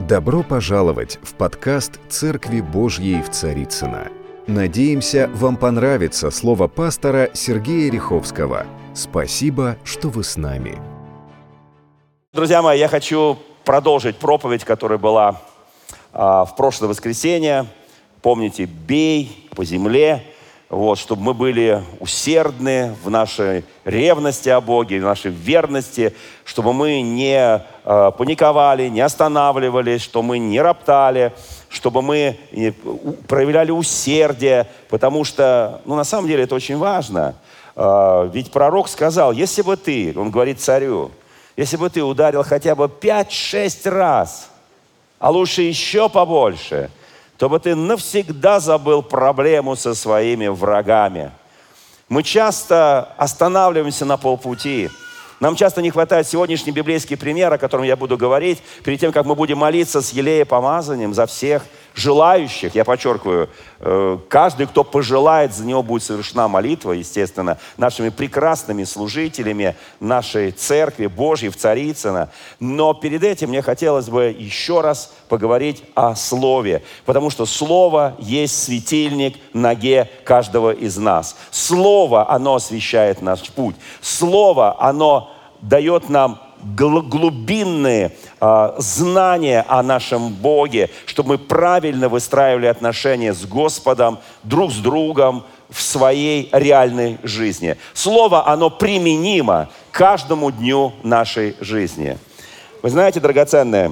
Добро пожаловать в подкаст «Церкви Божьей в Царицыно». Надеемся, вам понравится слово пастора Сергея Риховского. Спасибо, что вы с нами. Друзья мои, я хочу продолжить проповедь, которая была в прошлое воскресенье. Помните, бей по земле, чтобы мы были усердны в нашей ревности о Боге, в нашей верности, чтобы мы не паниковали, не останавливались, чтобы мы не роптали, чтобы мы проявляли усердие, потому что, на самом деле это очень важно. Ведь пророк сказал, если бы ты, он говорит царю, если бы ты ударил хотя бы 5-6 раз, а лучше еще побольше, то бы ты навсегда забыл проблему со своими врагами. Мы часто останавливаемся на полпути. Нам часто не хватает сегодняшний библейский пример, о котором я буду говорить, перед тем, как мы будем молиться с елеепомазанием за всех желающих. Я подчеркиваю, каждый, кто пожелает, за него будет совершена молитва, естественно, нашими прекрасными служителями нашей Церкви Божьей в Царицыно. Но перед этим мне хотелось бы еще раз поговорить о Слове, потому что Слово есть светильник ноге каждого из нас. Слово, оно освещает наш путь. Слово, оно дает нам глубинные знания о нашем Боге, чтобы мы правильно выстраивали отношения с Господом, друг с другом в своей реальной жизни. Слово, оно применимо каждому дню нашей жизни. Вы знаете, драгоценные,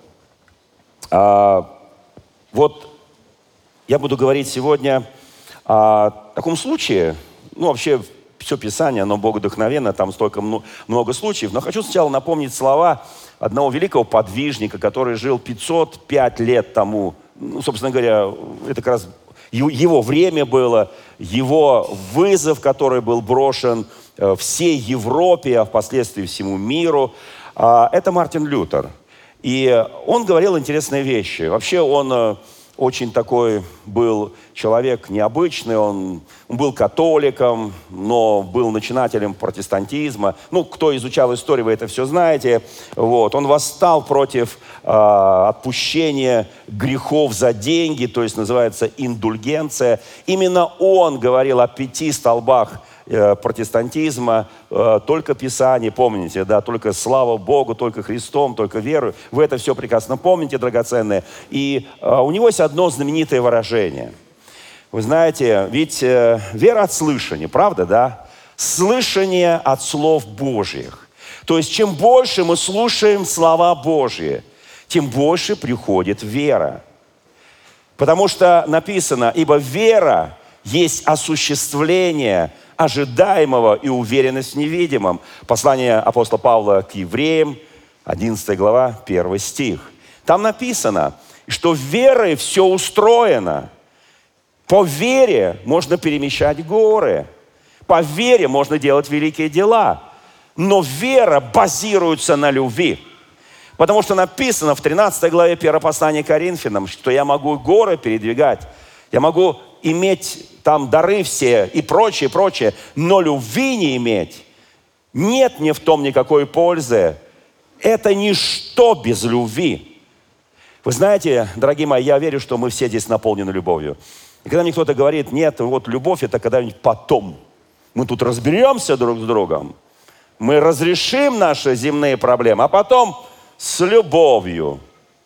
я буду говорить сегодня о таком случае, вообще все Писание, оно богодухновенно, там столько много случаев. Но хочу сначала напомнить слова одного великого подвижника, который жил 505 лет тому. Собственно говоря, это как раз его время было, его вызов, который был брошен всей Европе, а впоследствии всему миру. Это Мартин Лютер. И он говорил интересные вещи. Вообще он очень такой был человек необычный, он был католиком, но был начинателем протестантизма. Кто изучал историю, вы это все знаете. Он восстал против отпущения грехов за деньги, то есть называется индульгенция. Именно он говорил о 5 столбах протестантизма, только Писание, помните, только слава Богу, только Христом, только верою. Вы это все прекрасно помните, драгоценные. И у него есть одно знаменитое выражение. Вы знаете, ведь вера от слышания, правда, да? Слышание от слов Божьих. То есть, чем больше мы слушаем слова Божьи, тем больше приходит вера. Потому что написано, ибо вера есть осуществление ожидаемого и уверенность в невидимом. Послание апостола Павла к евреям, 11 глава, 1 стих. Там написано, что верой все устроено. По вере можно перемещать горы. По вере можно делать великие дела. Но вера базируется на любви. Потому что написано в 13 главе 1 послания к Коринфянам, что я могу горы передвигать, я могу иметь там дары все и прочее, но любви не иметь, нет мне в том никакой пользы. Это ничто без любви. Вы знаете, дорогие мои, я верю, что мы все здесь наполнены любовью. И когда мне кто-то говорит, нет, любовь это когда-нибудь потом. Мы тут разберемся друг с другом, мы разрешим наши земные проблемы, а потом с любовью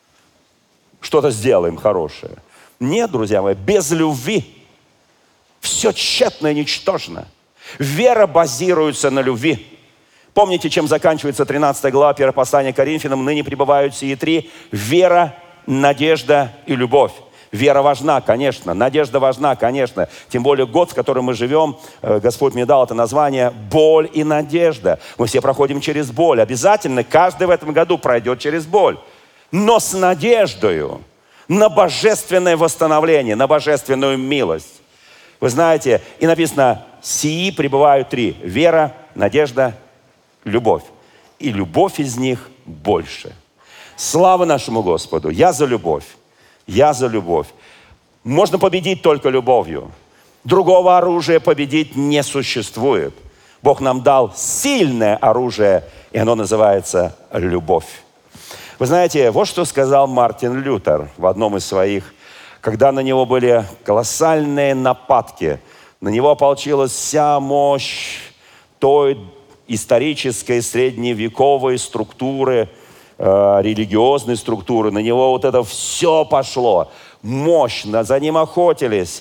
что-то сделаем хорошее. Нет, друзья мои, без любви все тщетно и ничтожно. Вера базируется на любви. Помните, чем заканчивается 13 глава 1 послания к Коринфянам? Ныне пребывают сии 3: вера, надежда и любовь. Вера важна, конечно, надежда важна, конечно. Тем более год, в котором мы живем, Господь мне дал это название «Боль и надежда». Мы все проходим через боль. Обязательно каждый в этом году пройдет через боль. Но с надеждою на божественное восстановление, на божественную милость. Вы знаете, и написано, сии пребывают 3: вера, надежда, любовь. И любовь из них больше. Слава нашему Господу! Я за любовь. Я за любовь. Можно победить только любовью. Другого оружия победить не существует. Бог нам дал сильное оружие, и оно называется любовь. Вы знаете, вот что сказал Мартин Лютер в одном из своих, когда на него были колоссальные нападки, на него ополчилась вся мощь той исторической средневековой структуры, религиозной структуры, на него вот это все пошло. Мощно, за ним охотились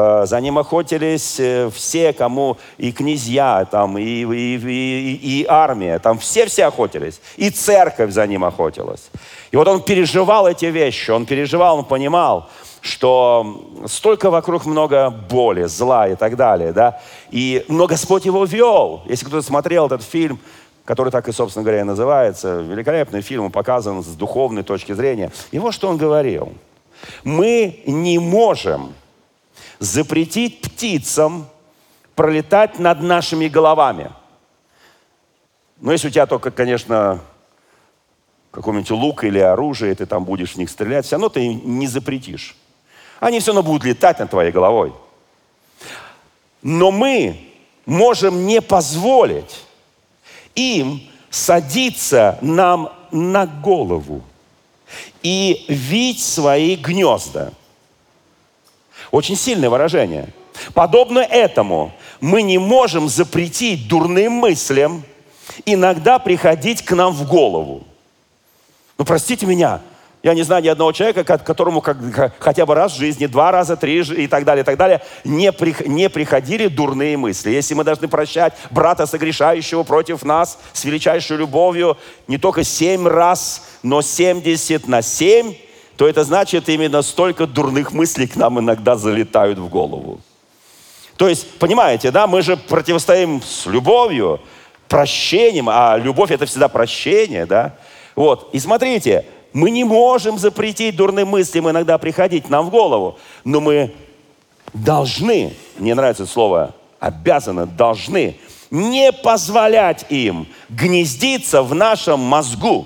все, кому и князья, там, и армия, там все охотились, и церковь за ним охотилась. И вот он переживал эти вещи, он понимал, что столько вокруг много боли, зла и так далее, да, но Господь его вел. Если кто-то смотрел этот фильм, который так и, собственно говоря, и называется, великолепный фильм, он показан с духовной точки зрения. И вот что он говорил. Мы не можем запретить птицам пролетать над нашими головами. Но если у тебя только, конечно, какой-нибудь лук или оружие, ты там будешь в них стрелять, все равно ты не запретишь. Они все равно будут летать над твоей головой. Но мы можем не позволить им садиться нам на голову и вить свои гнезда. Очень сильное выражение. Подобно этому мы не можем запретить дурным мыслям иногда приходить к нам в голову. Ну, простите меня, я не знаю ни одного человека, которому хотя бы раз в жизни, 2 раза, 3 и так далее, не приходили дурные мысли. Если мы должны прощать брата, согрешающего против нас с величайшей любовью не только 7 раз, но 70/7, то это значит, именно столько дурных мыслей к нам иногда залетают в голову. То есть, понимаете, да, мы же противостоим с любовью, прощением, а любовь — это всегда прощение, да. Вот, и смотрите, мы не можем запретить дурным мыслям иногда приходить к нам в голову, но мы должны, мне нравится слово обязаны, должны не позволять им гнездиться в нашем мозгу.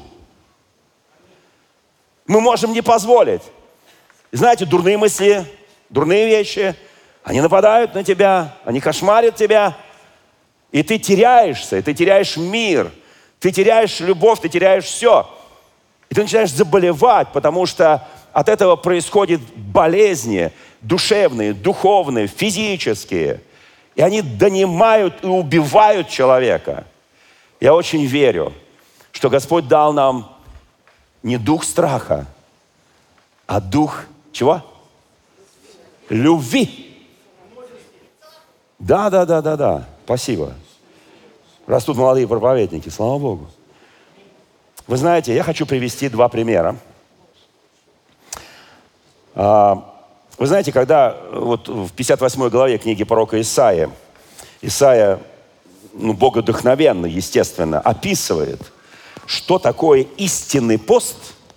Мы можем не позволить. Знаете, дурные мысли, дурные вещи, они нападают на тебя, они кошмарят тебя, и ты теряешься, и ты теряешь мир, ты теряешь любовь, ты теряешь все. И ты начинаешь заболевать, потому что от этого происходят болезни душевные, духовные, физические. И они донимают и убивают человека. Я очень верю, что Господь дал нам не дух страха, а дух чего? Любви. Да. Спасибо. Растут молодые проповедники, слава Богу. Вы знаете, я хочу привести 2 примера. Вы знаете, когда вот в 58 главе книги пророка Исаия, богодухновенно, естественно, описывает, что такое истинный пост.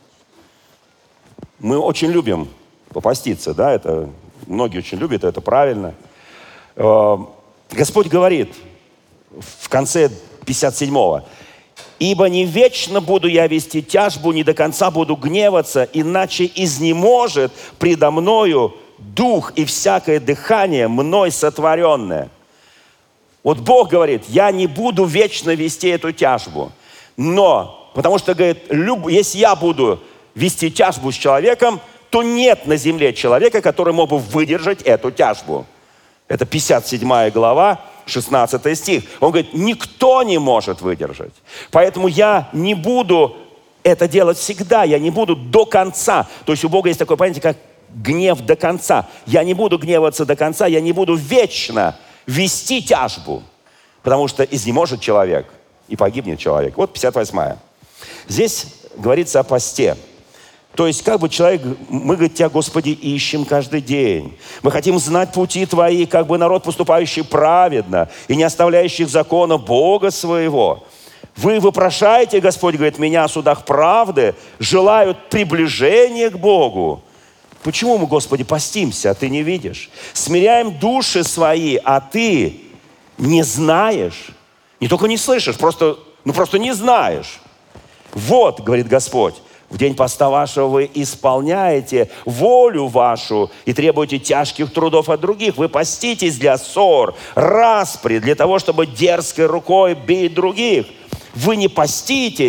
Мы очень любим попаститься, да, это многие очень любят, это правильно. Господь говорит в конце 57-го: «Ибо не вечно буду я вести тяжбу, не до конца буду гневаться, иначе изнеможет предо мною дух и всякое дыхание мной сотворенное». Вот Бог говорит: я не буду вечно вести эту тяжбу. Но, потому что, говорит, если я буду вести тяжбу с человеком, то нет на земле человека, который мог бы выдержать эту тяжбу. Это 57 глава, 16 стих. Он говорит, никто не может выдержать. Поэтому я не буду это делать всегда, я не буду до конца. То есть у Бога есть такое понятие, как гнев до конца. Я не буду гневаться до конца, я не буду вечно вести тяжбу, потому что изнеможет человек и погибнет человек. Вот 58-я. Здесь говорится о посте. То есть, как бы человек, мы, говорит, Тебя, Господи, ищем каждый день. Мы хотим знать пути Твои, как бы народ, поступающий праведно и не оставляющий закона Бога своего. Вы вопрошаете, Господь, говорит, меня о судах правды, желают приближения к Богу. Почему мы, Господи, постимся, а Ты не видишь? Смиряем души свои, а Ты не знаешь. Не только не слышишь, просто не знаешь. Вот, говорит Господь, в день поста вашего вы исполняете волю вашу и требуете тяжких трудов от других. Вы поститесь для ссор, распри, для того, чтобы дерзкой рукой бить других. Вы не поститесь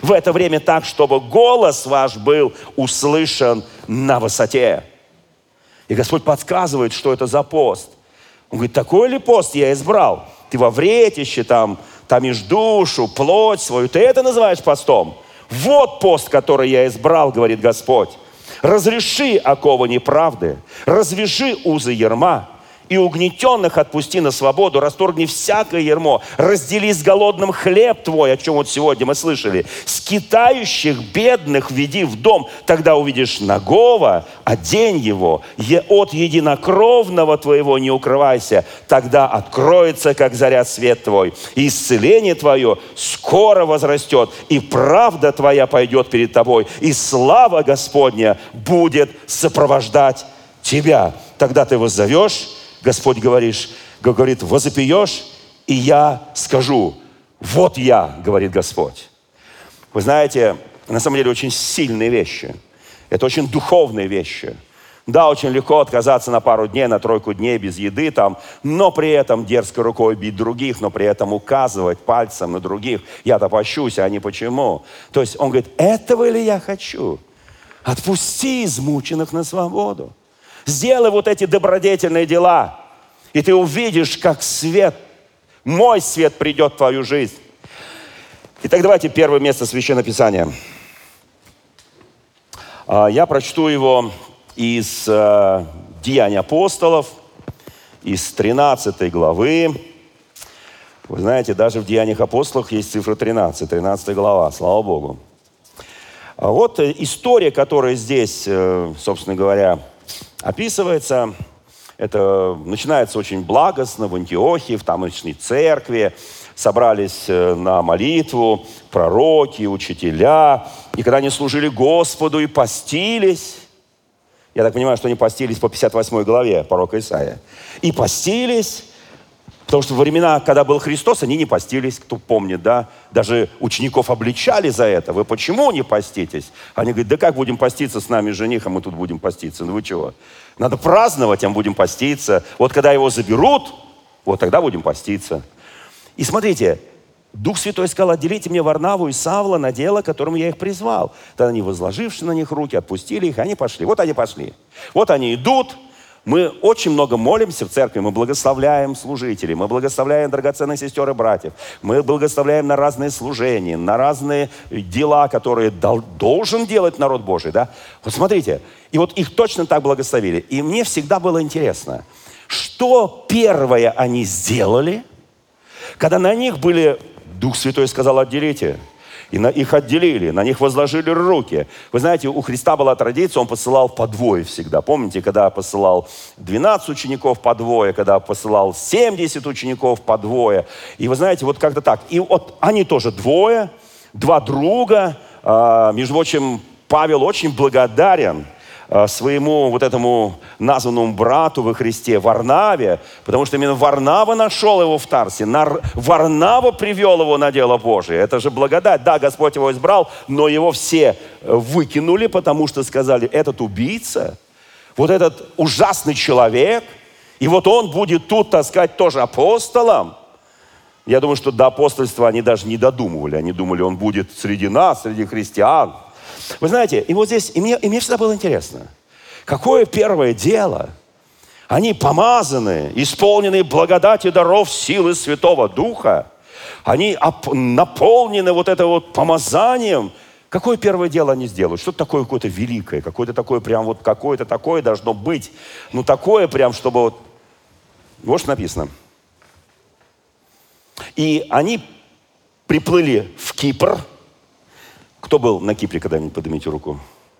в это время так, чтобы голос ваш был услышан на высоте. И Господь подсказывает, что это за пост. Он говорит, такой ли пост я избрал? Ты во вретище томишь душу, плоть свою. Ты это называешь постом? Вот пост, который я избрал, говорит Господь. Разреши оковы неправды, развяжи узы ярма, и угнетенных отпусти на свободу, расторгни всякое ярмо, раздели с голодным хлеб твой, о чем вот сегодня мы слышали, скитающих бедных веди в дом, тогда увидишь нагого, одень его, от единокровного твоего не укрывайся, тогда откроется, как заря, свет твой, и исцеление твое скоро возрастет, и правда твоя пойдет перед тобой, и слава Господня будет сопровождать тебя. Тогда ты воззовешь, Господь говорит, возопьешь, и я скажу, вот я, говорит Господь. Вы знаете, на самом деле очень сильные вещи. Это очень духовные вещи. Да, очень легко отказаться на пару дней, на 3 дней без еды, но при этом дерзкой рукой бить других, но при этом указывать пальцем на других. Я-то пощусь, а они почему? То есть он говорит, этого ли я хочу? Отпусти измученных на свободу. Сделай вот эти добродетельные дела, и ты увидишь, как свет, мой свет придет в твою жизнь. Итак, давайте первое место Священного Писания. Я прочту его из Деяний апостолов, из 13 главы. Вы знаете, даже в Деяниях апостолов есть цифра 13 глава, слава Богу. Вот история, которая здесь, собственно говоря, описывается, это начинается очень благостно в Антиохии, в тамошней церкви. Собрались на молитву пророки, учителя. И когда они служили Господу и постились, я так понимаю, что они постились по 58 главе пророка Исаия. И постились, потому что во времена, когда был Христос, они не постились, кто помнит, да? Даже учеников обличали за это. Вы почему не поститесь? Они говорят, да как будем поститься с нами жених, а мы тут будем поститься? Ну вы чего? Надо праздновать, а мы будем поститься. Вот когда его заберут, вот тогда будем поститься. И смотрите, Дух Святой сказал, отделите мне Варнаву и Савла на дело, которому я их призвал. Тогда они, возложивши на них руки, отпустили их, и они пошли. Вот они пошли. Вот они идут. Мы очень много молимся в церкви, мы благословляем служителей, мы благословляем драгоценных сестер и братьев, мы благословляем на разные служения, на разные дела, которые должен делать народ Божий. Да? Вот смотрите, и вот их точно так благословили. И мне всегда было интересно, что первое они сделали, когда на них были, Дух Святой сказал, отделите. И их отделили, на них возложили руки. Вы знаете, у Христа была традиция, он посылал по двое всегда. Помните, когда посылал 12 учеников по двое, когда посылал 70 учеников по двое. И вы знаете, вот как-то так. И вот они тоже двое, два друга. Между прочим, Павел очень благодарен своему вот этому названному брату во Христе Варнаве, потому что именно Варнава нашел его в Тарсе, Варнава привел его на дело Божие. Это же благодать. Да, Господь его избрал, но его все выкинули, потому что сказали, этот убийца, вот этот ужасный человек, и вот он будет тут, так сказать, тоже апостолом. Я думаю, что до апостольства они даже не додумывали. Они думали, он будет среди нас, среди христиан. Вы знаете, и вот здесь, и мне всегда было интересно, какое первое дело? Они помазаны, исполнены благодати даров силы Святого Духа. Они наполнены вот это вот помазанием. Какое первое дело они сделают? Что-то такое какое-то великое, какое-то такое прям вот какое-то такое должно быть. Ну такое прям, чтобы вот... Вот что написано. И они приплыли в Кипр. Кто был на Кипре когда-нибудь? Поднимите руку.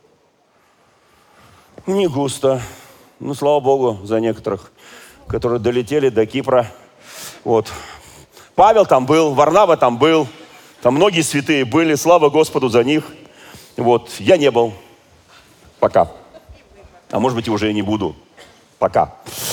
Не густо. Ну, слава Богу, за некоторых, которые долетели до Кипра. Вот. Павел там был, Варнава там был. Там многие святые были. Слава Господу за них. Вот. Я не был. Пока. А может быть, и уже и не буду. Пока.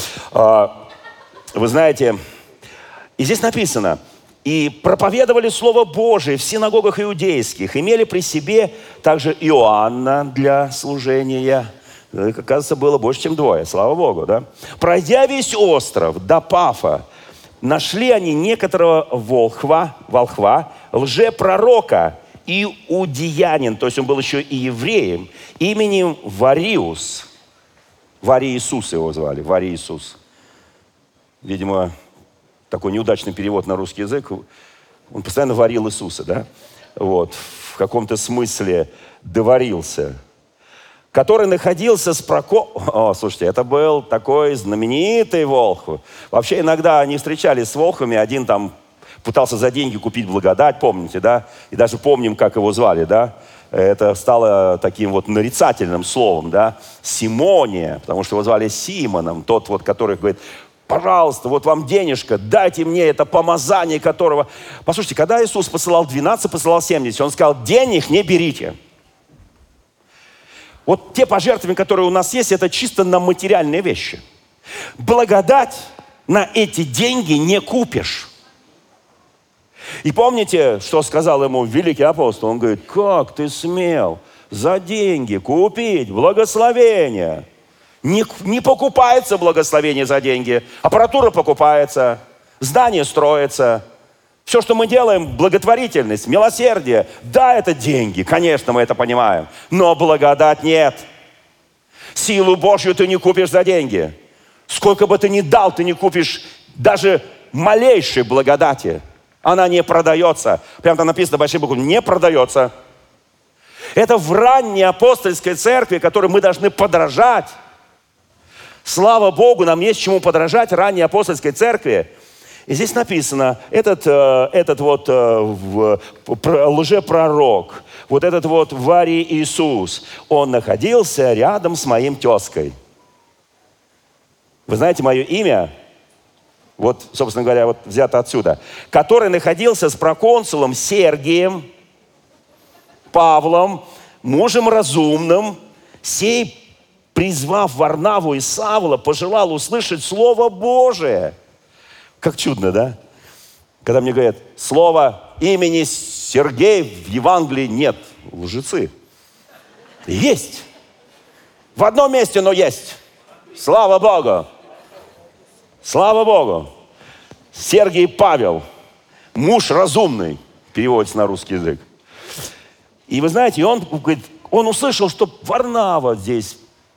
Вы знаете, и здесь написано... И проповедовали Слово Божие в синагогах иудейских. Имели при себе также Иоанна для служения. Оказывается, было больше, чем двое. Слава Богу, да? Пройдя весь остров до Пафа, нашли они некоторого волхва, лжепророка, иудеянин, то есть он был еще и евреем, именем Вариус. Варий Иисус его звали, Варий Иисус. Видимо, такой неудачный перевод на русский язык. Он постоянно варил Иисуса, да? Вот, в каком-то смысле доварился. Который находился слушайте, это был такой знаменитый волхв. Вообще иногда они встречались с волхвами, один там пытался за деньги купить благодать, помните, да? И даже помним, как его звали, да? Это стало таким вот нарицательным словом, да? Симония, потому что его звали Симоном, тот вот, который говорит: пожалуйста, вот вам денежка, дайте мне это помазание, которого... Послушайте, когда Иисус посылал 12, посылал 70, Он сказал: денег не берите. Вот те пожертвования, которые у нас есть, это чисто на материальные вещи. Благодать на эти деньги не купишь. И помните, что сказал ему великий апостол? Он говорит: как ты смел за деньги купить благословение? Не покупается благословение за деньги. Аппаратура покупается, здание строится. Все, что мы делаем, благотворительность, милосердие. Да, это деньги, конечно, мы это понимаем. Но благодать нет. Силу Божью ты не купишь за деньги. Сколько бы ты ни дал, ты не купишь даже малейшей благодати. Она не продается. Прямо там написано большой буквой: не продается. Это в ранней апостольской церкви, которой мы должны подражать. Слава Богу, нам есть чему подражать ранней апостольской церкви. И здесь написано, этот вот лжепророк, вот этот вот Варий Иисус, он находился рядом с моим тезкой. Вы знаете мое имя? Вот, собственно говоря, вот взято отсюда. Который находился с проконсулом Сергием, Павлом, мужем разумным, сей, призвав Варнаву и Савла, пожелал услышать Слово Божие. Как чудно, да? Когда мне говорят: слова имени Сергей в Евангелии нет. Лжецы. Есть. В одном месте, но есть. Слава Богу. Слава Богу. Сергий Павел, муж разумный, переводится на русский язык. И вы знаете, он говорит, он услышал, что Варнава здесь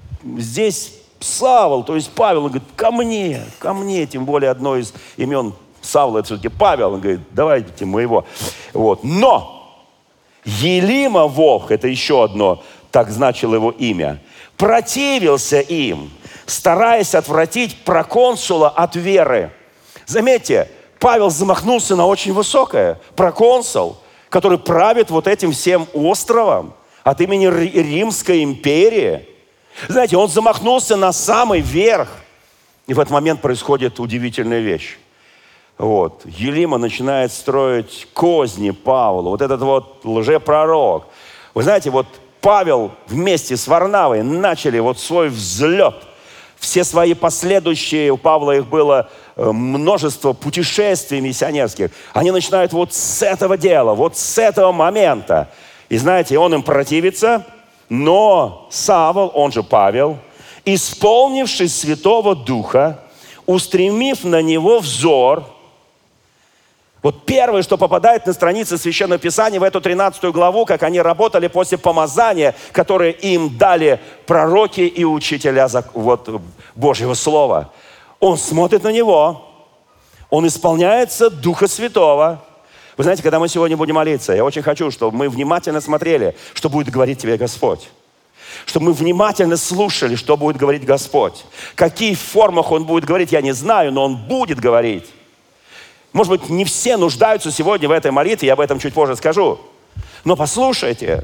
Савл, то есть Павел. Он говорит: ко мне, тем более одно из имен Савла, это все-таки Павел. Он говорит: давайте моего. Вот. Но Елима волк, это еще одно, так значило его имя, противился им, стараясь отвратить проконсула от веры. Заметьте, Павел замахнулся на очень высокое. Проконсул, который правит вот этим всем островом от имени Римской империи. Знаете, он замахнулся на самый верх. И в этот момент происходит удивительная вещь. Вот. Елима начинает строить козни Павлу. Вот этот вот лжепророк. Вы знаете, вот Павел вместе с Варнавой начали вот свой взлет. Все свои последующие, у Павла их было множество путешествий миссионерских. Они начинают вот с этого дела, вот с этого момента. И знаете, он им противится, но Савл, он же Павел, исполнившись Святого Духа, устремив на него взор. Вот первое, что попадает на страницы Священного Писания в эту 13 главу, как они работали после помазания, которое им дали пророки и учителя вот, Божьего Слова. Он смотрит на него, он исполняется Духа Святого. Вы знаете, когда мы сегодня будем молиться, я очень хочу, чтобы мы внимательно смотрели, что будет говорить тебе Господь. Чтобы мы внимательно слушали, что будет говорить Господь. В каких формах Он будет говорить, я не знаю, но Он будет говорить. Может быть, не все нуждаются сегодня в этой молитве, я об этом чуть позже скажу. Но послушайте,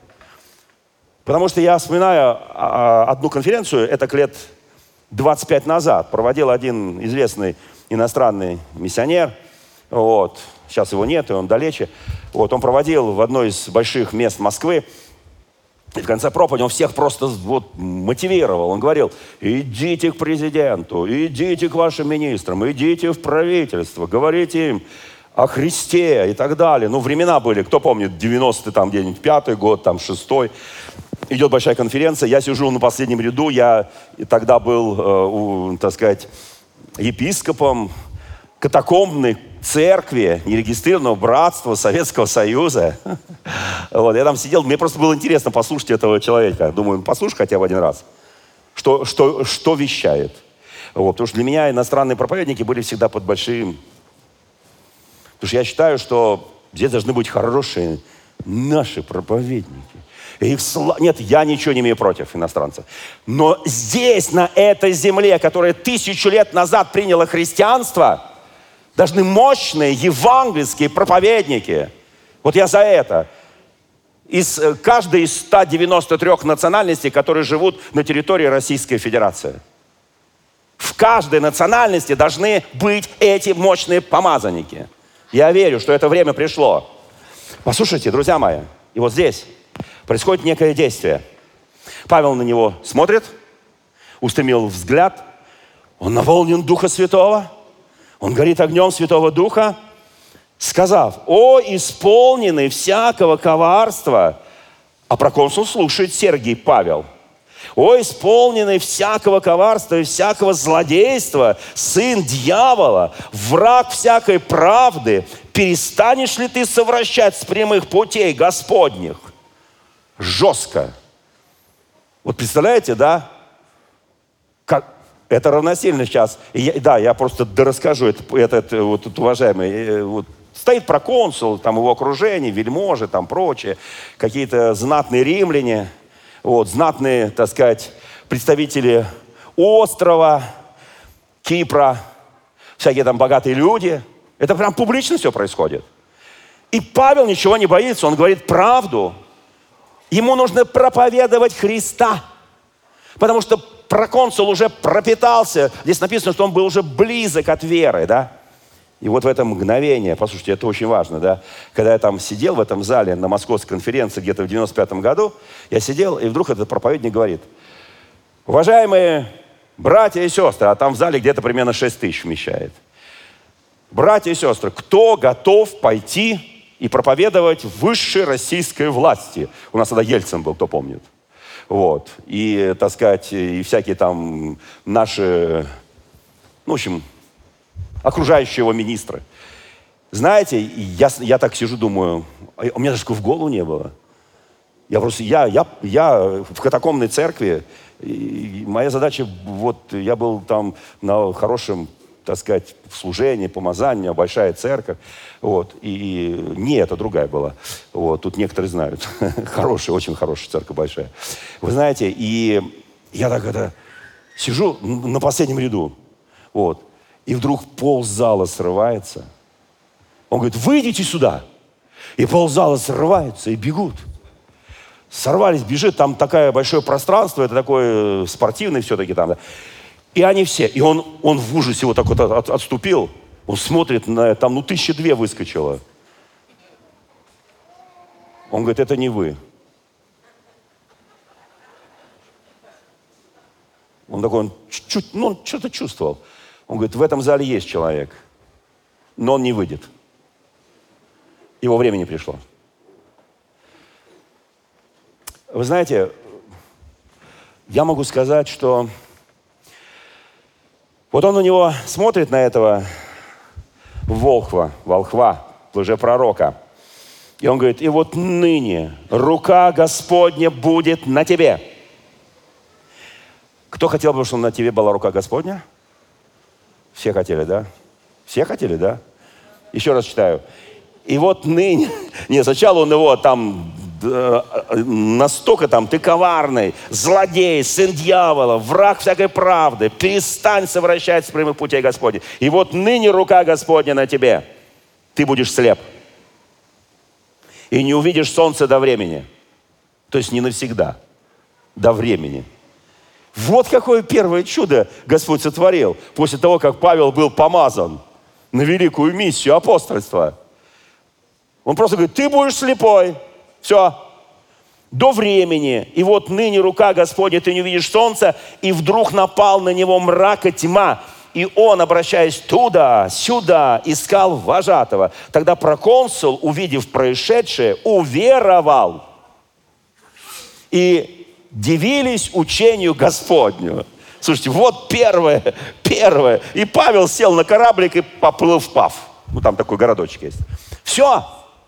потому что я вспоминаю одну конференцию, это лет 25 назад, проводил один известный иностранный миссионер, вот, сейчас его нет, и он далече, вот, он проводил в одной из больших мест Москвы, и в конце проповеди он всех просто вот мотивировал. Он говорил: идите к президенту, идите к вашим министрам, идите в правительство, говорите им о Христе и так далее. Ну, времена были, кто помнит, 90-й, там где-нибудь 5-й год, там 6-й. Идет большая конференция, я сижу на последнем ряду, я тогда был, так сказать, епископом катакомбной церкви, нерегистрированного братства Советского Союза. Вот, я там сидел, мне просто было интересно послушать этого человека. Думаю, послушай хотя бы один раз, что вещает. Вот, потому что для меня иностранные проповедники были всегда под большим... Потому что я считаю, что здесь должны быть хорошие наши проповедники. Нет, я ничего не имею против иностранцев. Но здесь, на этой земле, которая 1000 лет назад приняла христианство, должны мощные евангельские проповедники. Вот я за это. Каждой из 193 национальностей, которые живут на территории Российской Федерации. В каждой национальности должны быть эти мощные помазанники. Я верю, что это время пришло. Послушайте, друзья мои, и вот здесь происходит некое действие. Павел на него смотрит, устремил взгляд, он наполнен Духа Святого, он горит огнем Святого Духа, сказав: «О, исполненный всякого коварства!» А проконсул слушает Сергий Павел. «О, исполненный всякого коварства и всякого злодейства, сын дьявола, враг всякой правды, перестанешь ли ты совращать с прямых путей Господних?» Жестко. Вот представляете, да? Это равносильно сейчас. Я просто дорасскажу. Вот уважаемый, вот, стоит проконсул, там его окружение, вельможи, там прочее, какие-то знатные римляне, вот, знатные, так сказать, представители острова, Кипра, всякие там богатые люди. Это прям публично все происходит. И Павел ничего не боится, он говорит правду. Ему нужно проповедовать Христа, потому что проконсул уже пропитался. Здесь написано, что он был уже близок от веры, да? И вот в это мгновение, послушайте, это очень важно, да? Когда я там сидел в этом зале на Московской конференции где-то в 95-м году, я сидел, и вдруг этот проповедник говорит: уважаемые братья и сестры, а там в зале где-то примерно 6 тысяч вмещает. Братья и сестры, кто готов пойти и проповедовать высшей российской власти? У нас тогда Ельцин был, кто помнит. Вот. И, так сказать, и всякие там наши, ну, в общем, окружающие его министры. Знаете, я так сижу, думаю, у меня даже в голову не было. Я в катакомбной церкви, и моя задача, вот, я был там на хорошем, так сказать, служении, помазании, большая церковь, вот, и не это, другая была. Вот, тут некоторые знают. Хорошая, очень хорошая церковь, большая. Вы знаете, и я так сижу на последнем ряду, вот, и вдруг ползала срывается. Он говорит: выйдите сюда. И ползала срывается, и бегут. Сорвались, бежит, там такое большое пространство, это такое спортивное все-таки там, да. И они все, и он в ужасе вот так вот отступил, он смотрит, там 1002 выскочило. Он говорит: это не вы. Он такой, он что-то чувствовал. Он говорит: в этом зале есть человек, но он не выйдет. Его время не пришло. Вы знаете, я могу сказать, что вот он на него смотрит, на этого волхва, лжепророка, и он говорит: и вот ныне рука Господня будет на тебе. Кто хотел бы, чтобы на тебе была рука Господня? Все хотели, да? Все хотели, да? Еще раз читаю. И вот ныне... Нет, сначала он его там настолько там: ты коварный, злодей, сын дьявола, враг всякой правды, перестань совращать с прямых путей Господних. И вот ныне рука Господня на тебе. Ты будешь слеп. И не увидишь солнца до времени. То есть не навсегда. До времени. Вот какое первое чудо Господь сотворил после того, как Павел был помазан на великую миссию апостольства. Он просто говорит: ты будешь слепой. Все. До времени. И вот ныне рука Господня, ты не увидишь солнца. И вдруг напал на него мрак и тьма. И он, обращаясь туда-сюда, искал вожатого. Тогда проконсул, увидев происшедшее, уверовал. И дивились учению Господню. Слушайте, вот первое. И Павел сел на кораблик и поплыл в Паф. Ну, там такой городочек есть. Все.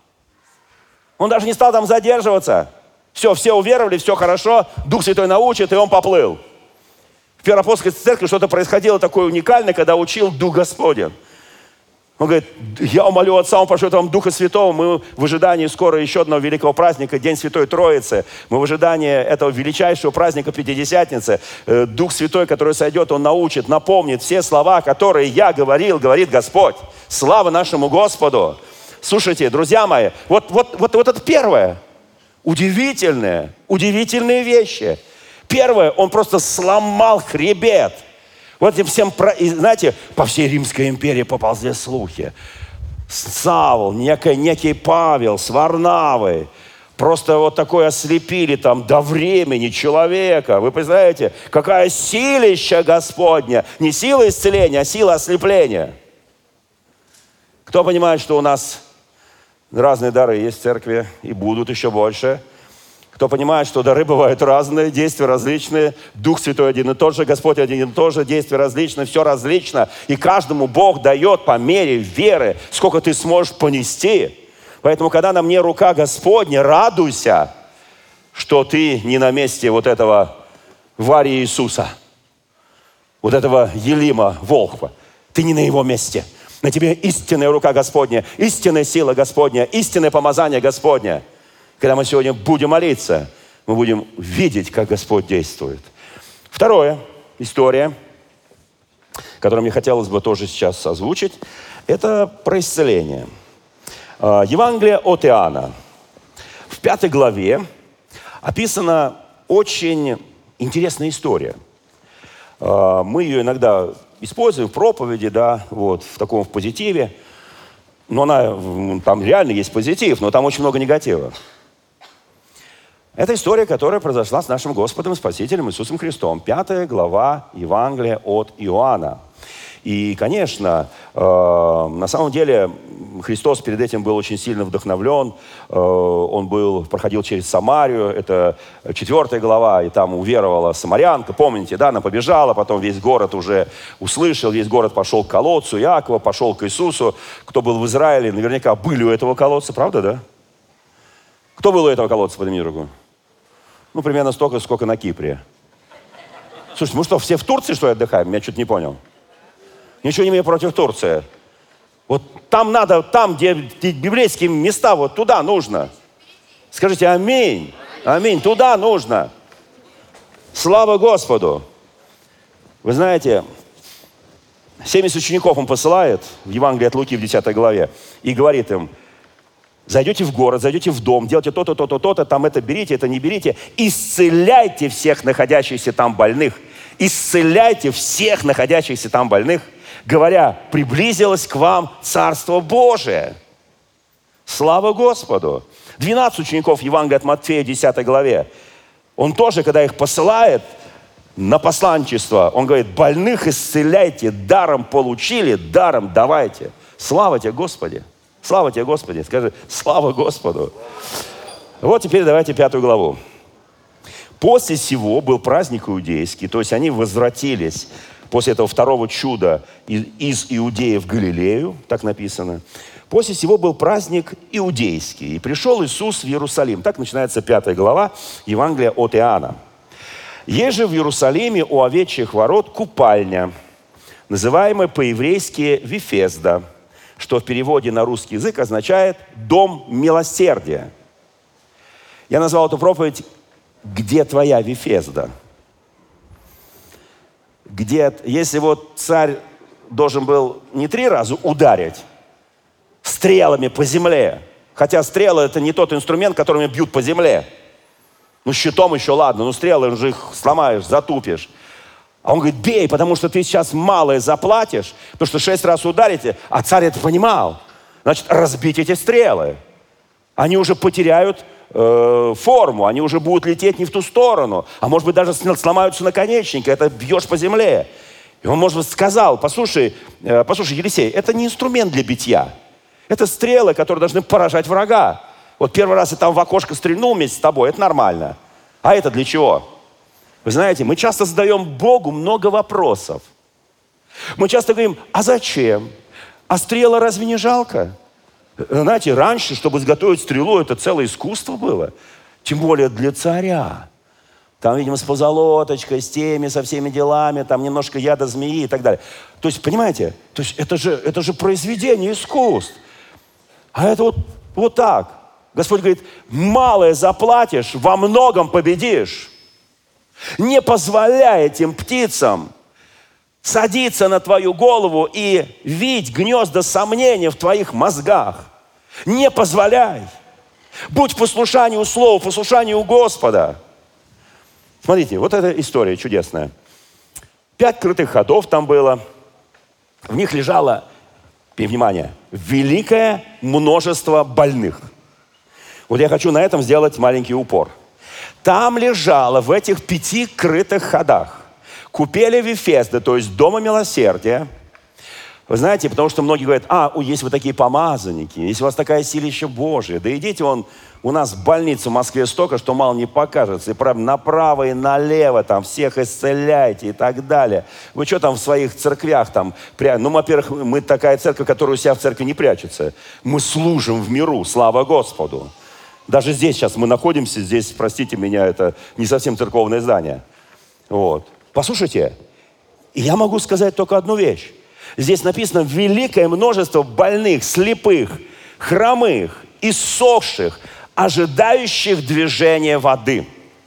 Он даже не стал там задерживаться. Все уверовали, все хорошо, Дух Святой научит, и он поплыл. В Первоапостольской церкви что-то происходило такое уникальное, когда учил Дух Господень. Он говорит, я умолю Отца, Он пошлет вам Духа Святого. Мы в ожидании скоро еще одного великого праздника, День Святой Троицы. Мы в ожидании этого величайшего праздника Пятидесятницы. Дух Святой, который сойдет, Он научит, напомнит все слова, которые я говорил, говорит Господь. Слава нашему Господу! Слушайте, друзья мои, вот это первое. Удивительные вещи. Первое, он просто сломал хребет. Вот этим всем, и знаете, по всей Римской империи поползли слухи. Савл, некий Павел с Варнавой, просто вот такое ослепили там до времени человека. Вы представляете, какая силища Господня. Не сила исцеления, а сила ослепления. Кто понимает, что у нас разные дары есть в церкви и будут еще больше? Кто понимает, что дары бывают разные, действия различные, Дух Святой один и тот же, Господь один и тот же, действия различные, все различно. И каждому Бог дает по мере веры, сколько ты сможешь понести. Поэтому, когда на мне рука Господня, радуйся, что ты не на месте вот этого Варии Иисуса, вот этого Елима Волхва. Ты не на его месте. На тебе истинная рука Господня, истинная сила Господня, истинное помазание Господня. Когда мы сегодня будем молиться, мы будем видеть, как Господь действует. Второе, история, которую мне хотелось бы тоже сейчас озвучить, это про исцеление. Евангелие от Иоанна. В 5 главе описана очень интересная история. Мы ее иногда используем в проповеди, да, вот, в позитиве. Но там реально есть позитив, но там очень много негатива. Это история, которая произошла с нашим Господом и Спасителем Иисусом Христом. 5 глава Евангелия от Иоанна. И, конечно, на самом деле Христос перед этим был очень сильно вдохновлен. Он проходил через Самарию, это 4 глава, и там уверовала самарянка, помните, да, она побежала, потом весь город уже услышал, весь город пошел к колодцу Иакова, пошел к Иисусу. Кто был в Израиле, наверняка были у этого колодца, правда, да? Кто был у этого колодца, поднимите руку? Ну, примерно столько, сколько на Кипре. Слушайте, мы что, все в Турции, что ли, отдыхаем? Я что-то не понял. Ничего не имею против Турции. Вот там надо, там, где библейские места, вот туда нужно. Скажите аминь. Аминь. Туда нужно. Слава Господу. Вы знаете, 70 учеников он посылает в Евангелии от Луки в 10 главе и говорит им, зайдете в город, зайдете в дом, делайте то-то, то-то, то-то, там это берите, это не берите. Исцеляйте всех находящихся там больных. Исцеляйте всех находящихся там больных, говоря, приблизилось к вам Царство Божие. Слава Господу. 12 учеников Евангелия от Матфея в 10 главе. Он тоже, когда их посылает на посланничество, он говорит, больных исцеляйте, даром получили, даром давайте. Слава тебе, Господи. Слава тебе, Господи. Скажи, слава Господу. Вот теперь давайте 5 главу. После сего был праздник иудейский, то есть они возвратились после этого второго чуда из Иудеи в Галилею, так написано. После сего был праздник иудейский, и пришел Иисус в Иерусалим. Так начинается 5 глава Евангелия от Иоанна. Есть же в Иерусалиме у овечьих ворот купальня, называемая по-еврейски Вифезда, что в переводе на русский язык означает «дом милосердия». Я назвал эту проповедь «Где твоя Вифезда?». Если вот царь должен был не 3 раза ударить стрелами по земле, хотя стрелы – это не тот инструмент, которыми бьют по земле. Ну, щитом еще ладно, но стрелы же их сломаешь, затупишь. А он говорит, бей, потому что ты сейчас малое заплатишь, потому что 6 раз ударите, а царь это понимал. Значит, разбить эти стрелы. Они уже потеряют форму, они уже будут лететь не в ту сторону, а может быть даже сломаются наконечники, это бьешь по земле. И он, может быть, сказал, послушай, Елисей, это не инструмент для битья. Это стрелы, которые должны поражать врага. Вот первый раз я там в окошко стрельнул вместе с тобой, это нормально. А это для чего? Вы знаете, мы часто задаем Богу много вопросов. Мы часто говорим, а зачем? А стрелы разве не жалко? Знаете, раньше, чтобы изготовить стрелу, это целое искусство было. Тем более для царя. Там, видимо, с позолоточкой, с теми, со всеми делами, там немножко яда змеи и так далее. То есть, понимаете, то есть это же произведение искусств. А это вот так. Господь говорит, малое заплатишь, во многом победишь. Не позволяй этим птицам садиться на твою голову и вить гнезда сомнения в твоих мозгах. Не позволяй. Будь в послушании у слова, в послушании у Господа. Смотрите, вот эта история чудесная. 5 крытых ходов там было. В них лежало, внимание, великое множество больных. Вот я хочу на этом сделать маленький упор. Там лежало в этих 5 крытых ходах купели Вифезды, то есть Дома Милосердия. Вы знаете, потому что многие говорят, есть вы такие помазанники, если у вас такая силища Божия, да идите у нас в больницу в Москве столько, что мало не покажется, и прям направо и налево там всех исцеляйте и так далее. Вы что там в своих церквях там? Во-первых, мы такая церковь, которая у себя в церкви не прячется. Мы служим в миру, слава Господу. Даже здесь сейчас мы находимся, здесь, простите меня, это не совсем церковное здание. Вот. Послушайте, я могу сказать только одну вещь. Здесь написано великое множество больных, слепых, хромых, иссохших, ожидающих движения воды.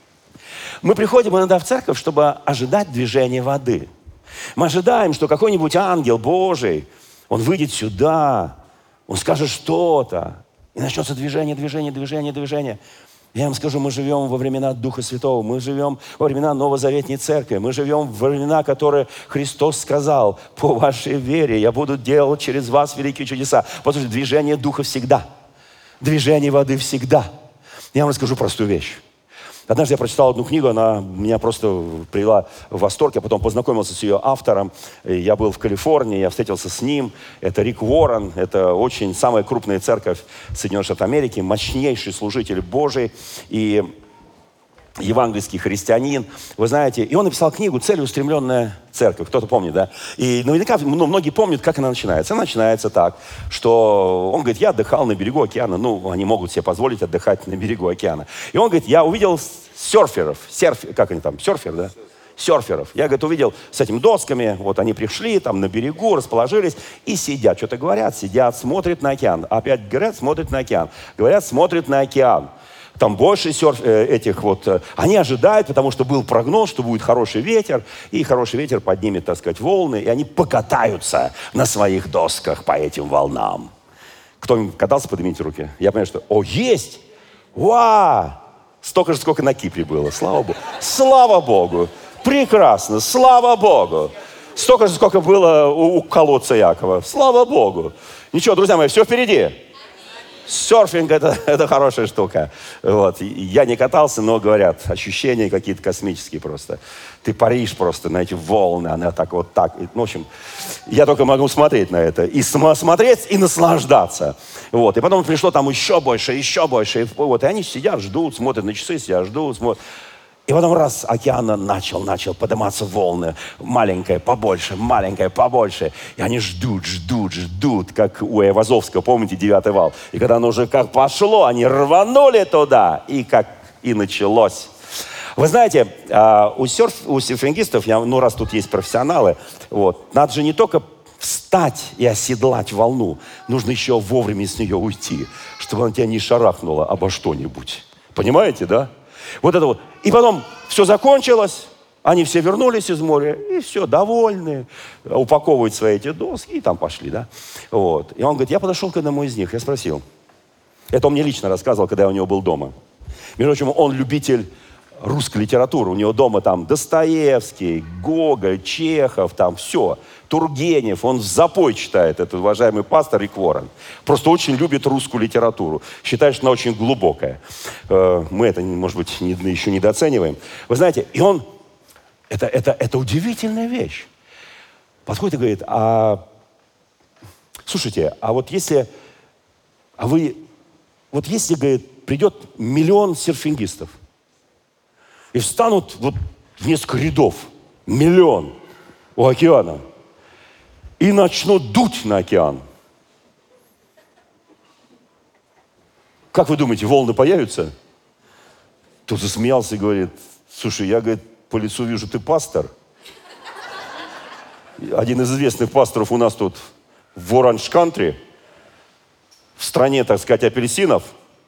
Мы приходим иногда в церковь, чтобы ожидать движения воды. Мы ожидаем, что какой-нибудь ангел Божий, он выйдет сюда, он скажет что-то, и начнется движение. Я вам скажу, мы живем во времена Духа Святого, мы живем во времена Новозаветней Церкви, мы живем во времена, которые Христос сказал, по вашей вере я буду делать через вас великие чудеса. Потому что движение Духа всегда, движение воды всегда. Я вам расскажу простую вещь. Однажды я прочитал одну книгу, она меня просто привела в восторг. Я потом познакомился с ее автором. Я был в Калифорнии, я встретился с ним. Это Рик Уоррен, это очень самая крупная церковь Соединенных Штатов Америки, мощнейший служитель Божий и евангельский христианин. Вы знаете, и он написал книгу «Целеустремленная церковь». Кто-то помнит, да? И наверняка многие помнят, как она начинается. Она начинается так, что он говорит, я отдыхал на берегу океана. Они могут себе позволить отдыхать на берегу океана. И он говорит, я увидел серферов. Серфер, да? Серферов. Я, говорит, увидел с этими досками. Вот они пришли там на берегу, расположились и сидят. Что-то говорят, сидят, смотрят на океан. Опять говорят, смотрят на океан. Говорят, смотрят на океан. Там больше они ожидают, потому что был прогноз, что будет хороший ветер, и хороший ветер поднимет, так сказать, волны, и они покатаются на своих досках по этим волнам. Кто-нибудь катался, поднимите руки. Я понимаю, что, есть! Столько же, сколько на Кипре было, слава Богу. Слава Богу! Прекрасно, слава Богу! Столько же, сколько было у колодца Якова, слава Богу! Ничего, друзья мои, все впереди. Серфинг это хорошая штука. Вот. Я не катался, но говорят, ощущения какие-то космические просто. Ты паришь просто на эти волны, она так. В общем, я только могу смотреть на это. И смотреть, и наслаждаться. Вот. И потом пришло там еще больше. И они сидят, ждут, смотрят на часы, ждут. И потом раз океан начал подниматься волны. Маленькая, побольше. И они ждут, как у Айвазовского, помните, 9-й вал. И когда оно уже как пошло, они рванули туда. И началось. Вы знаете, у серфингистов, раз тут есть профессионалы, надо же не только встать и оседлать волну, нужно еще вовремя с нее уйти, чтобы она тебя не шарахнула обо что-нибудь. Понимаете, да? И потом все закончилось, они все вернулись из моря, и все, довольны, упаковывают свои эти доски, и там пошли, да. И он говорит, я подошел к одному из них, я спросил. Это он мне лично рассказывал, когда я у него был дома. Между прочим, он любитель русской литературы. У него дома там Достоевский, Гоголь, Чехов, там все. Тургенев, он в запой читает, этот уважаемый пастор Рик Уоррен. Просто очень любит русскую литературу. Считает, что она очень глубокая. Мы это, может быть, еще недооцениваем. Вы знаете, и он... Это удивительная вещь. Подходит и говорит, слушайте, если, говорит, придет 1 миллион серфингистов, и встанут в несколько рядов, 1 миллион у океана, и начнут дуть на океан. Как вы думаете, волны появятся? Тот засмеялся и говорит, слушай, я, говорит, по лицу вижу, ты пастор. Один из известных пасторов у нас тут в Оранж-Кантри, в стране, так сказать, апельсинов.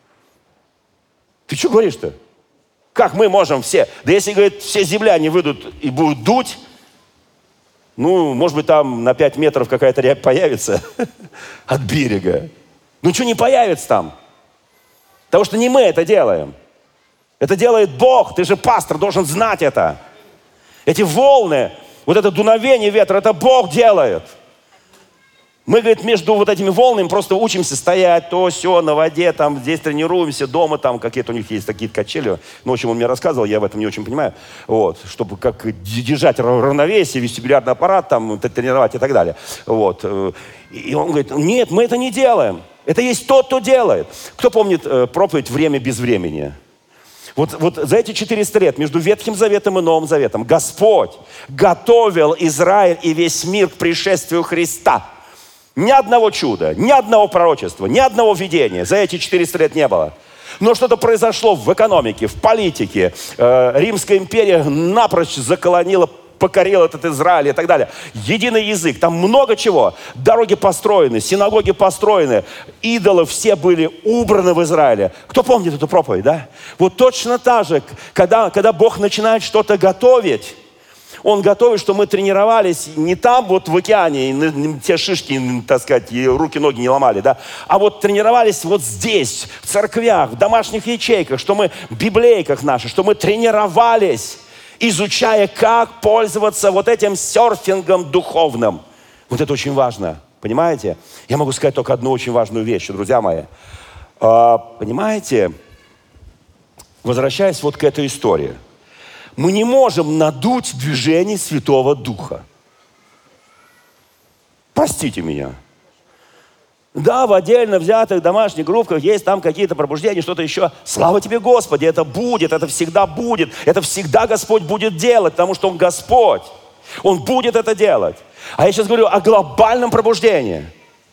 Ты что говоришь-то? Как мы можем все? Да если, говорит, все земляне выйдут и будут дуть, ну, может быть, там на 5 метров какая-то рябь появится от берега. Ну, что не появится там? Потому что не мы это делаем. Это делает Бог. Ты же пастор, должен знать это. Эти волны, вот это дуновение ветра, это Бог делает. Мы, говорит, между вот этими волнами просто учимся стоять, то, сё, на воде, там, здесь тренируемся, дома, там, какие-то у них есть такие качели. Ну, в общем, он мне рассказывал, я в этом не очень понимаю. Вот, чтобы как держать равновесие, вестибулярный аппарат, там, тренировать и так далее. Вот. И он говорит, нет, мы это не делаем. Это есть тот, кто делает. Кто помнит проповедь «Время без времени»? Вот за эти 400 лет между Ветхим Заветом и Новым Заветом Господь готовил Израиль и весь мир к пришествию Христа. Ни одного чуда, ни одного пророчества, ни одного видения за эти 400 лет не было. Но что-то произошло в экономике, в политике. Римская империя напрочь заколонила, покорила этот Израиль и так далее. Единый язык, там много чего. Дороги построены, синагоги построены, идолы все были убраны в Израиле. Кто помнит эту проповедь, да? Вот точно так же, когда Бог начинает что-то готовить, Он готовит, что мы тренировались не там вот в океане, и те шишки, так сказать, и руки-ноги не ломали, да, а вот тренировались вот здесь, в церквях, в домашних ячейках, что мы в библейках наших, что мы тренировались, изучая, как пользоваться вот этим серфингом духовным. Вот это очень важно, понимаете? Я могу сказать только одну очень важную вещь, друзья мои. Понимаете, возвращаясь вот к этой истории, мы не можем надуть движение Святого Духа. Простите меня. Да, в отдельно взятых домашних группках есть там какие-то пробуждения, что-то еще. Слава тебе, Господи, это будет, это всегда будет. Это всегда Господь будет делать, потому что Он Господь. Он будет это делать. А я сейчас говорю о глобальном пробуждении.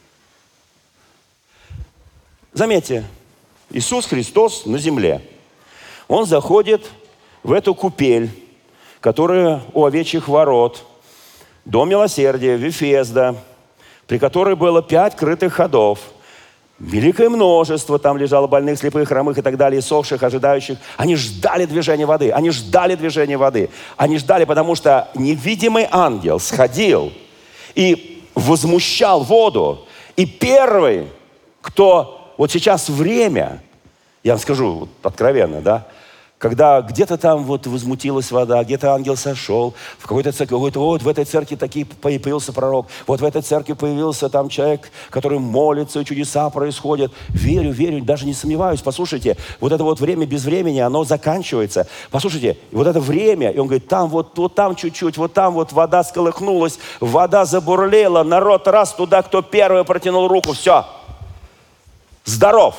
Заметьте, Иисус Христос на земле. Он заходит в эту купель, которая у овечьих ворот, дом милосердия, Вифезда, при которой было 5 крытых ходов. Великое множество там лежало больных, слепых, хромых и так далее, сохших, ожидающих. Они ждали движения воды. Они ждали движения воды. Они ждали, потому что невидимый ангел сходил и возмущал воду. И первый, кто... Вот сейчас время, я вам скажу откровенно, да, когда где-то там вот возмутилась вода, где-то ангел сошел, в какой-то церкви, вот в этой церкви появился пророк, вот в этой церкви появился там человек, который молится, и чудеса происходят. Верю, даже не сомневаюсь. Послушайте, вот это вот время без времени, оно заканчивается. Послушайте, вот это время, и он говорит, там вот там чуть-чуть, вот там вот вода сколыхнулась, вода забурлила, народ раз туда, кто первый протянул руку, все, здоров.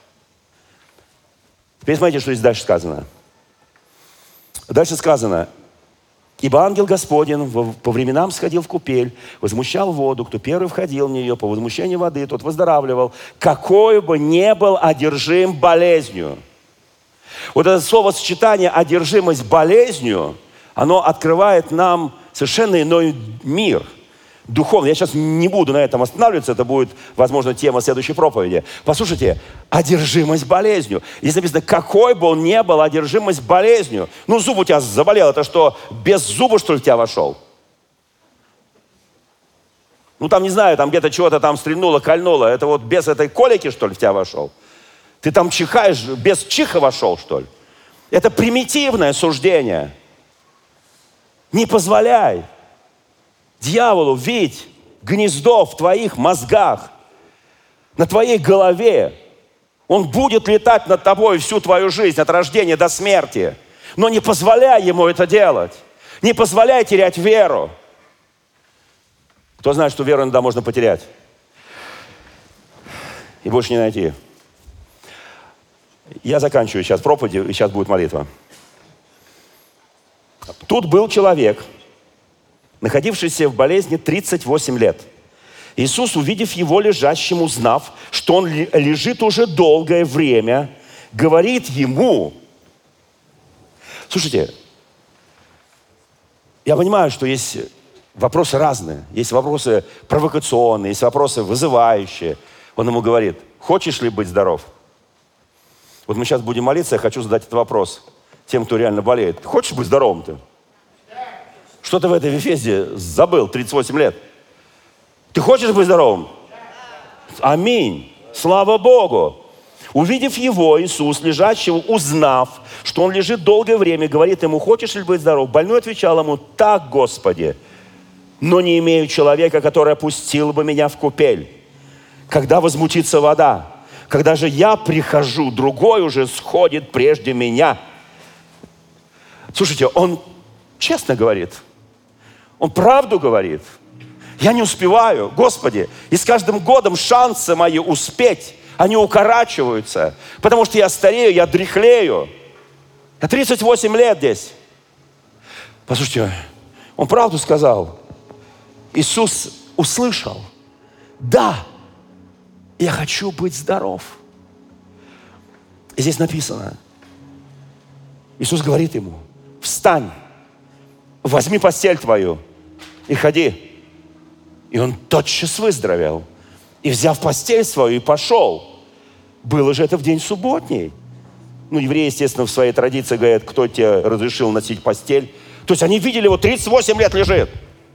Теперь смотрите, что здесь дальше сказано. Дальше сказано, ибо ангел Господень по временам сходил в купель, возмущал воду, кто первый входил в нее, по возмущению воды, тот выздоравливал, какой бы ни был одержим болезнью. Вот это словосочетание «одержимость болезнью», оно открывает нам совершенно иной мир. Духовно. Я сейчас не буду на этом останавливаться, это будет, возможно, тема следующей проповеди. Послушайте, одержимость болезнью. Здесь написано, какой бы он ни был, одержимость болезнью. Ну, зуб у тебя заболел, это что, без зуба, что ли, в тебя вошел? Ну, там, не знаю, там где-то чего-то там стрельнуло, кольнуло. Это вот без этой колики, что ли, в тебя вошел? Ты там чихаешь, без чиха вошел, что ли? Это примитивное суждение. Не позволяй дьяволу видеть гнездо в твоих мозгах, на твоей голове. Он будет летать над тобой всю твою жизнь, от рождения до смерти. Но не позволяй ему это делать. Не позволяй терять веру. Кто знает, что веру иногда можно потерять и больше не найти? Я заканчиваю сейчас проповедь, и сейчас будет молитва. Тут был человек, находившийся в болезни 38 лет. Иисус, увидев его лежащим, узнав, что он лежит уже долгое время, говорит ему... Слушайте, я понимаю, что есть вопросы разные. Есть вопросы провокационные, есть вопросы вызывающие. Он ему говорит: хочешь ли быть здоров? Вот мы сейчас будем молиться, я хочу задать этот вопрос тем, кто реально болеет. Хочешь быть здоровым-то? Что ты в этой Вифезде забыл 38 лет? Ты хочешь быть здоровым? Аминь. Слава Богу. Увидев его, Иисус, лежащего, узнав, что он лежит долгое время, говорит ему: хочешь ли быть здоров? Больной отвечал ему: так, Господи, но не имею человека, который опустил бы меня в купель, когда возмутится вода. Когда же я прихожу, другой уже сходит прежде меня. Слушайте, он честно говорит. Он правду говорит. Я не успеваю, Господи. И с каждым годом шансы мои успеть, они укорачиваются. Потому что я старею, я дряхлею. Я 38 лет здесь. Послушайте, он правду сказал. Иисус услышал: да, я хочу быть здоров. И здесь написано, Иисус говорит ему: встань, возьми постель твою и ходи. И он тотчас выздоровел. И, взяв постель свою, и пошел. Было же это в день субботний. Ну, евреи, естественно, в своей традиции говорят: кто тебе разрешил носить постель? То есть они видели, его 38 лет лежит.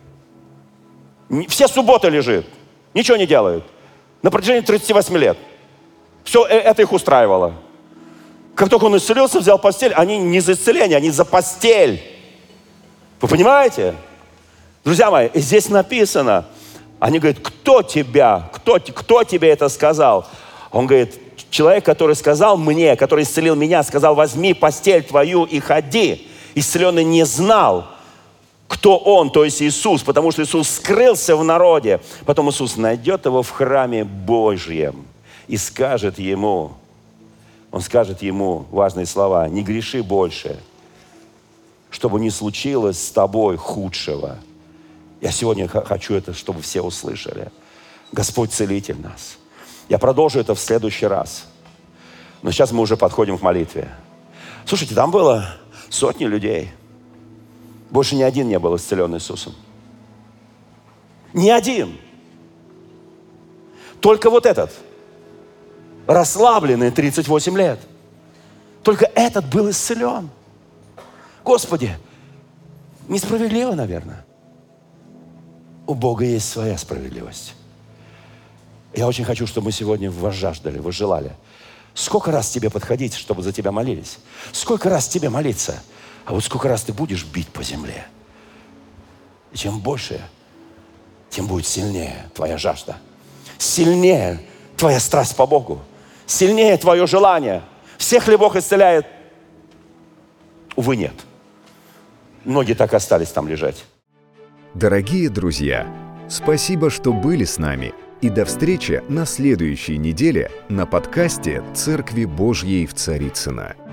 Все субботы лежит. Ничего не делают. На протяжении 38 лет. Все это их устраивало. Как только он исцелился, взял постель, они не за исцеление, они за постель. Вы понимаете? Друзья мои, здесь написано, они говорят: кто тебе это сказал? Он говорит: человек, который сказал мне, который исцелил меня, сказал: возьми постель твою и ходи. Исцеленный не знал, кто он, то есть Иисус, потому что Иисус скрылся в народе. Потом Иисус найдет его в храме Божьем и скажет ему, он скажет ему важные слова: не греши больше, чтобы не случилось с тобой худшего. Я сегодня хочу это, чтобы все услышали. Господь целитель нас. Я продолжу это в следующий раз. Но сейчас мы уже подходим к молитве. Слушайте, там было сотни людей. Больше ни один не был исцелен Иисусом. Ни один. Только вот этот, расслабленный 38 лет. Только этот был исцелен. Господи, несправедливо, наверное. У Бога есть своя справедливость. Я очень хочу, чтобы мы сегодня возжаждали, возжелали. Сколько раз тебе подходить, чтобы за тебя молились? Сколько раз тебе молиться? А вот сколько раз ты будешь бить по земле? И чем больше, тем будет сильнее твоя жажда. Сильнее твоя страсть по Богу. Сильнее твое желание. Всех ли Бог исцеляет? Увы, нет. Многие так остались там лежать. Дорогие друзья, спасибо, что были с нами. И до встречи на следующей неделе на подкасте «Церкви Божьей в Царицыно».